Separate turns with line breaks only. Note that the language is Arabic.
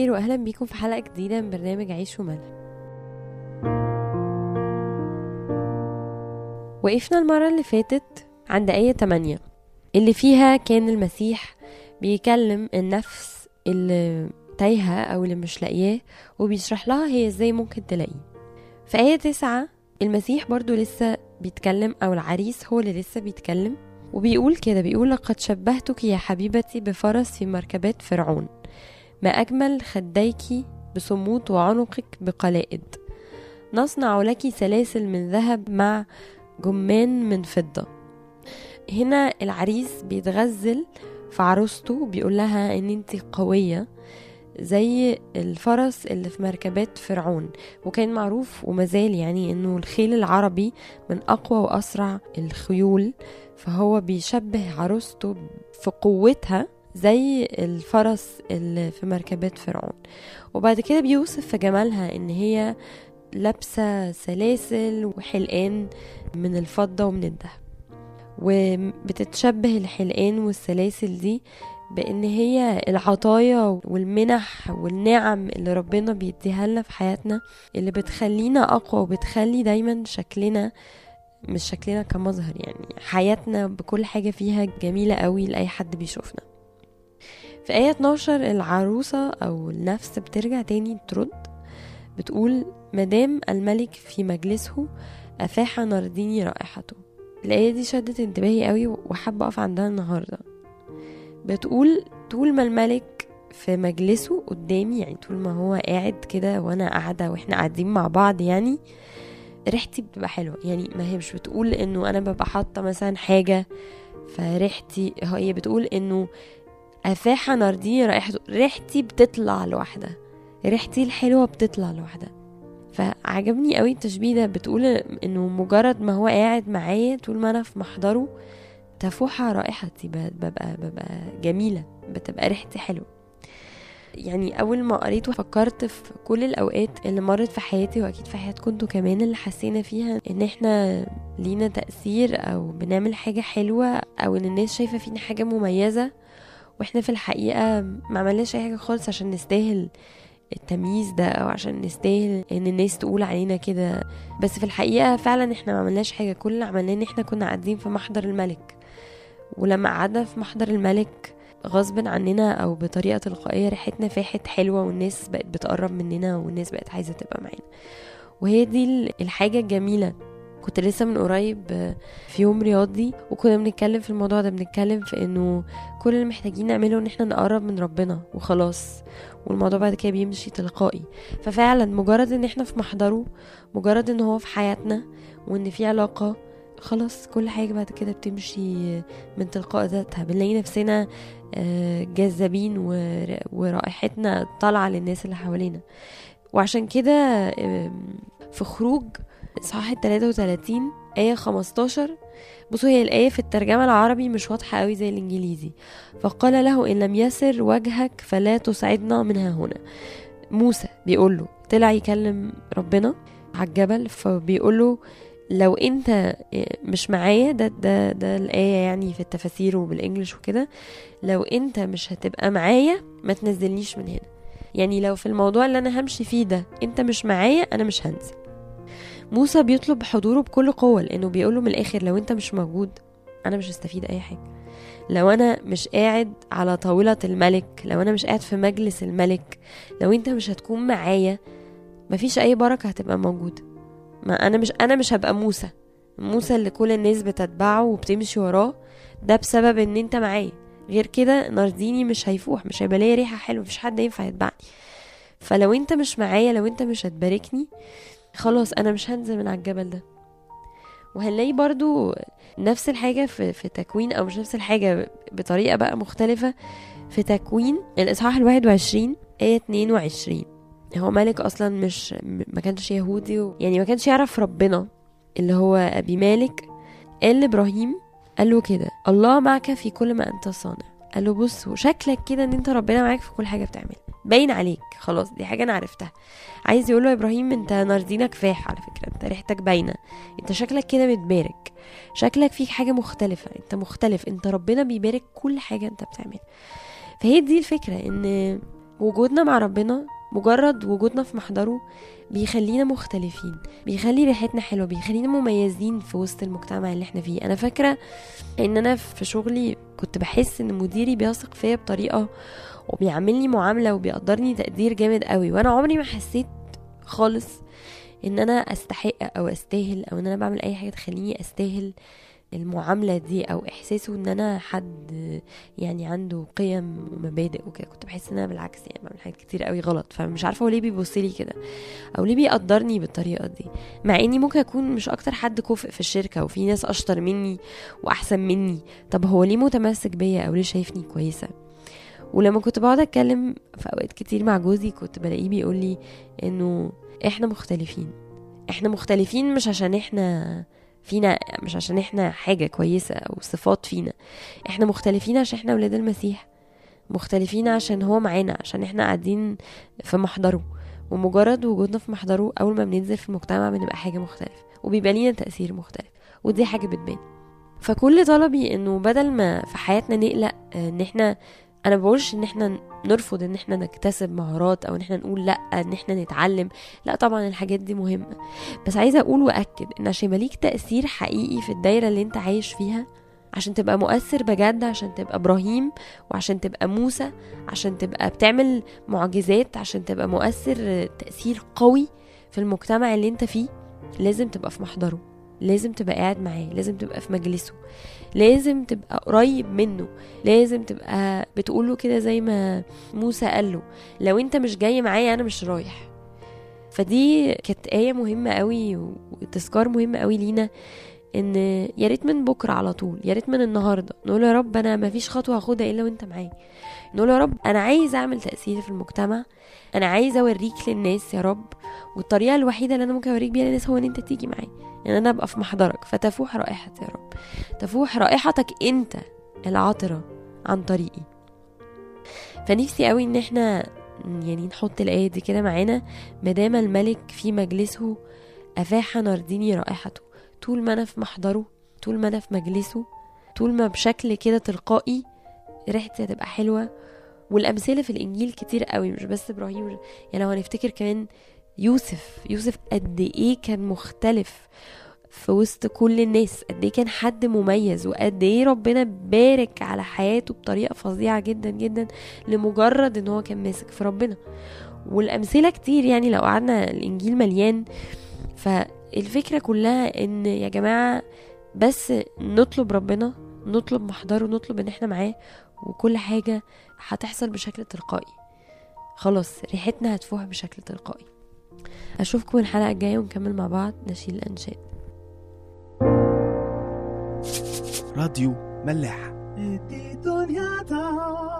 الخير واهلا بيكم في حلقة جديدة من برنامج عيش وملح. وقفنا المرة اللي فاتت عند آية 8 اللي فيها كان المسيح بيكلم النفس اللي تايهة او اللي مش لاقياه وبيشرح لها هي ازاي ممكن تلاقيه. في آية 9 المسيح برضو لسه بيتكلم، او العريس هو اللي لسه بيتكلم وبيقول كده، بيقول لقد شبهتك يا حبيبتي بفرس في مركبات فرعون، ما أجمل خديك بصمود وعنقك بقلائد، نصنع لك سلاسل من ذهب مع جمان من فضة. هنا العريس بيتغزل في عروسته، بيقول لها ان انت قوية زي الفرس اللي في مركبات فرعون. وكان معروف ومازال يعني انه الخيل العربي من اقوى واسرع الخيول، فهو بيشبه عروسته في قوتها زي الفرس اللي في مركبات فرعون. وبعد كده بيوصف في جمالها ان هي لابسة سلاسل وحلقان من الفضة ومن الذهب، وبتتشبه الحلقان والسلاسل دي بان هي العطايا والمنح والنعم اللي ربنا بيديها لنا في حياتنا، اللي بتخلينا اقوى وبتخلي دايما شكلنا، مش شكلنا كمظهر، يعني حياتنا بكل حاجة فيها جميلة قوي لأي حد بيشوفنا. في آية 12 العروسة أو النفس بترجع تاني ترد، بتقول مدام الملك في مجلسه أفاح نرديني رائحته. الآية دي شدت انتباهي قوي وحابة أقف عندها النهاردة. بتقول طول ما الملك في مجلسه قدامي، يعني طول ما هو قاعد كده وأنا قاعدة وإحنا قاعدين مع بعض، يعني ريحتي بتبقى حلوة. يعني ما هي مش بتقول إنه أنا ببقى حاطة مثلا حاجة فريحتي، هي بتقول إنه أفاح نرديني رائحته، ريحتي بتطلع لوحدها، ريحتي الحلوة بتطلع لوحدها. فعجبني قوي التشبيه ده، بتقول انه مجرد ما هو قاعد معايا طول ما انا في محضره تفوح رائحتي، ببقى جميلة، بتبقى ريحتي حلوة. يعني اول ما قريته فكرت في كل الاوقات اللي مرت في حياتي، واكيد في حياتكم انتوا كمان، اللي حسينا فيها ان احنا لينا تأثير او بنعمل حاجة حلوة او ان الناس شايفة فينا حاجة مميزة، واحنا في الحقيقة ما عملناش اي حاجة خالص عشان نستاهل التمييز ده او عشان نستاهل ان الناس تقول علينا كده. بس في الحقيقة فعلا احنا ما عملناش حاجة، كل اللي عملناه ان احنا كنا قاعدين في محضر الملك، ولما قعدنا في محضر الملك غصب عننا او بطريقة تلقائية ريحتنا فاحت حلوة، والناس بقت بتقرب مننا والناس بقت عايزة تبقى معانا. وهي دي الحاجة الجميلة. كنت لسه من قريب في يوم رياضي وكنا بنتكلم في الموضوع ده، بنتكلم في انه كل اللي محتاجين نعمله ان احنا نقرب من ربنا وخلاص، والموضوع بعد كده بيمشي تلقائي. ففعلا مجرد ان احنا في محضره، مجرد ان هو في حياتنا وان في علاقة، خلاص كل حاجة بعد كده بتمشي من تلقاء ذاتها. بنلاقي نفسنا جذابين ورائحتنا طالعة للناس اللي حوالينا. وعشان كده في خروج إصحاح 33 آية 15، بصوا هي الآية في الترجمة العربي مش واضحة قوي زي الإنجليزي. فقال له إن لم يسر وجهك فلا تصعدنا منها هنا. موسى بيقوله، طلع يكلم ربنا على الجبل، فبيقوله لو انت مش معايا، ده الآية يعني في التفاسير وبالإنجليش وكده، لو انت مش هتبقى معايا ما تنزلنيش من هنا. يعني لو في الموضوع اللي انا همشي فيه ده انت مش معايا انا مش هنزل. موسى بيطلب حضوره بكل قوة، لانه بيقوله من الاخر لو انت مش موجود انا مش هستفيد اي حاجة. لو انا مش قاعد على طاولة الملك، لو انا مش قاعد في مجلس الملك، لو انت مش هتكون معايا مفيش اي بركة هتبقى موجودة. ما انا مش هبقى موسى اللي كل الناس بتتبعه وبتمشي وراه، ده بسبب ان انت معايا. غير كده نارديني مش هيفوح، مش هيبقى ليا ريحة حلوة، مفيش حد ينفع يتبعني. فلو انت مش معايا، لو انت مش هتباركني، خلاص انا مش هنزل من على الجبل ده. وهنلاقي برضو نفس الحاجة في تكوين، او مش نفس الحاجة بطريقة بقى مختلفة، في تكوين الإصحاح 21 آية 22. هو ملك اصلا ما كانش يهودي، يعني ما كانش يعرف ربنا اللي هو ابي مالك. قال لابراهيم، قال له كده الله معك في كل ما انت صانع. قال له بص شكلك كده ان انت ربنا معاك في كل حاجة بتعملها، باين عليك، خلاص دي حاجة انا عرفتها. عايز يقول له يا ابراهيم انت ناردينك فاح، على فكرة انت ريحتك باينة، انت شكلك كده متبارك، شكلك فيك حاجة مختلفة، انت مختلف، انت ربنا بيبارك كل حاجة انت بتعملها. فهي دي الفكرة، ان وجودنا مع ربنا، مجرد وجودنا في محضره بيخلينا مختلفين، بيخلي ريحتنا حلوة، بيخلينا مميزين في وسط المجتمع اللي احنا فيه. انا فاكرة ان انا في شغلي كنت بحس ان مديري بيثق فيا بطريقة وبيعملني معاملة وبيقدرني تقدير جامد قوي، وانا عمري ما حسيت خالص ان انا استحق او استاهل، او ان انا بعمل اي حاجة تخليني استاهل المعاملة دي، او احساسه ان انا حد يعني عنده قيم ومبادئ وكده. كنت بحس ان انا بالعكس يعني بعمل حاجات كتير قوي غلط، فمش عارفة هو ليه بيبصلي كده او ليه بيقدرني بالطريقة دي، مع اني ممكن اكون مش اكتر حد كفء في الشركة وفي ناس اشطر مني واحسن مني. طب هو ليه متمسك بيا او ليه شايفني كويسة؟ ولما كنت بقعد اتكلم في اوقات كتير مع جوزي كنت بلاقيه بيقولي انه احنا مختلفين. احنا مختلفين مش عشان احنا فينا، مش عشان احنا حاجة كويسة او صفات فينا، احنا مختلفين عشان احنا ولاد المسيح، مختلفين عشان هو معانا، عشان احنا قاعدين في محضره، ومجرد وجودنا في محضره اول ما بننزل في المجتمع بنبقى حاجة مختلفة وبيبقى لينا تأثير مختلف، ودي حاجة بتبان. فكل طلبي انه بدل ما في حياتنا نقلق ان احنا، انا بقولش ان احنا نرفض ان احنا نكتسب مهارات او ان احنا نقول لا ان احنا نتعلم، لا طبعا الحاجات دي مهمة، بس عايزة اقول واكد ان عشان يبقى ليك تأثير حقيقي في الدايرة اللي انت عايش فيها، عشان تبقى مؤثر بجد، عشان تبقى ابراهيم، وعشان تبقى موسى، عشان تبقى بتعمل معجزات، عشان تبقى مؤثر تأثير قوي في المجتمع اللي انت فيه، لازم تبقى في محضره، لازم تبقى قاعد معاه، لازم تبقى في مجلسه، لازم تبقى قريب منه، لازم تبقى بتقوله كده زي ما موسى قاله لو انت مش جاي معايا انا مش رايح. فدي كانت آية مهمة قوي وتذكار مهم قوي لينا، ان يا ريت من بكرة على طول، يا ريت من النهاردة نقول يا رب انا مفيش خطوة هاخدها الا وانت معايا، نقول يا رب انا عايز اعمل تأثير في المجتمع، انا عايز اوريك للناس يا رب، والطريقة الوحيدة اللي انا ممكن اوريك بيها للناس هو ان انت تيجي معايا، يعني انا ابقى في محضرك فتفوح رائحتي يا رب، تفوح رائحتك انت العطرة عن طريقي. فنفسي قوي ان احنا يعني نحط الآية دي كده معانا، مدام الملك في مجلسه أفاح نرديني رائحته. طول ما أنا في محضره، طول ما أنا في مجلسه، طول ما بشكل كده تلقائي ريحتي هتبقى حلوة. والأمثلة في الإنجيل كتير قوي، مش بس إبراهيم، يعني لو هنفتكر كمان يوسف قد إيه كان مختلف في وسط كل الناس، قد ايه كان حد مميز، وقد ايه ربنا بارك على حياته بطريقة فظيعة جدا جدا لمجرد ان هو كان ماسك في ربنا. والامثلة كتير، يعني لو قعدنا الانجيل مليان. فالفكرة كلها ان يا جماعة بس نطلب ربنا، نطلب محضره، نطلب ان احنا معاه، وكل حاجة هتحصل بشكل تلقائي، خلاص ريحتنا هتفوح بشكل تلقائي. اشوفكم الحلقة الجاية ونكمل مع بعض نشيل الانشاد.
راديو ملاح.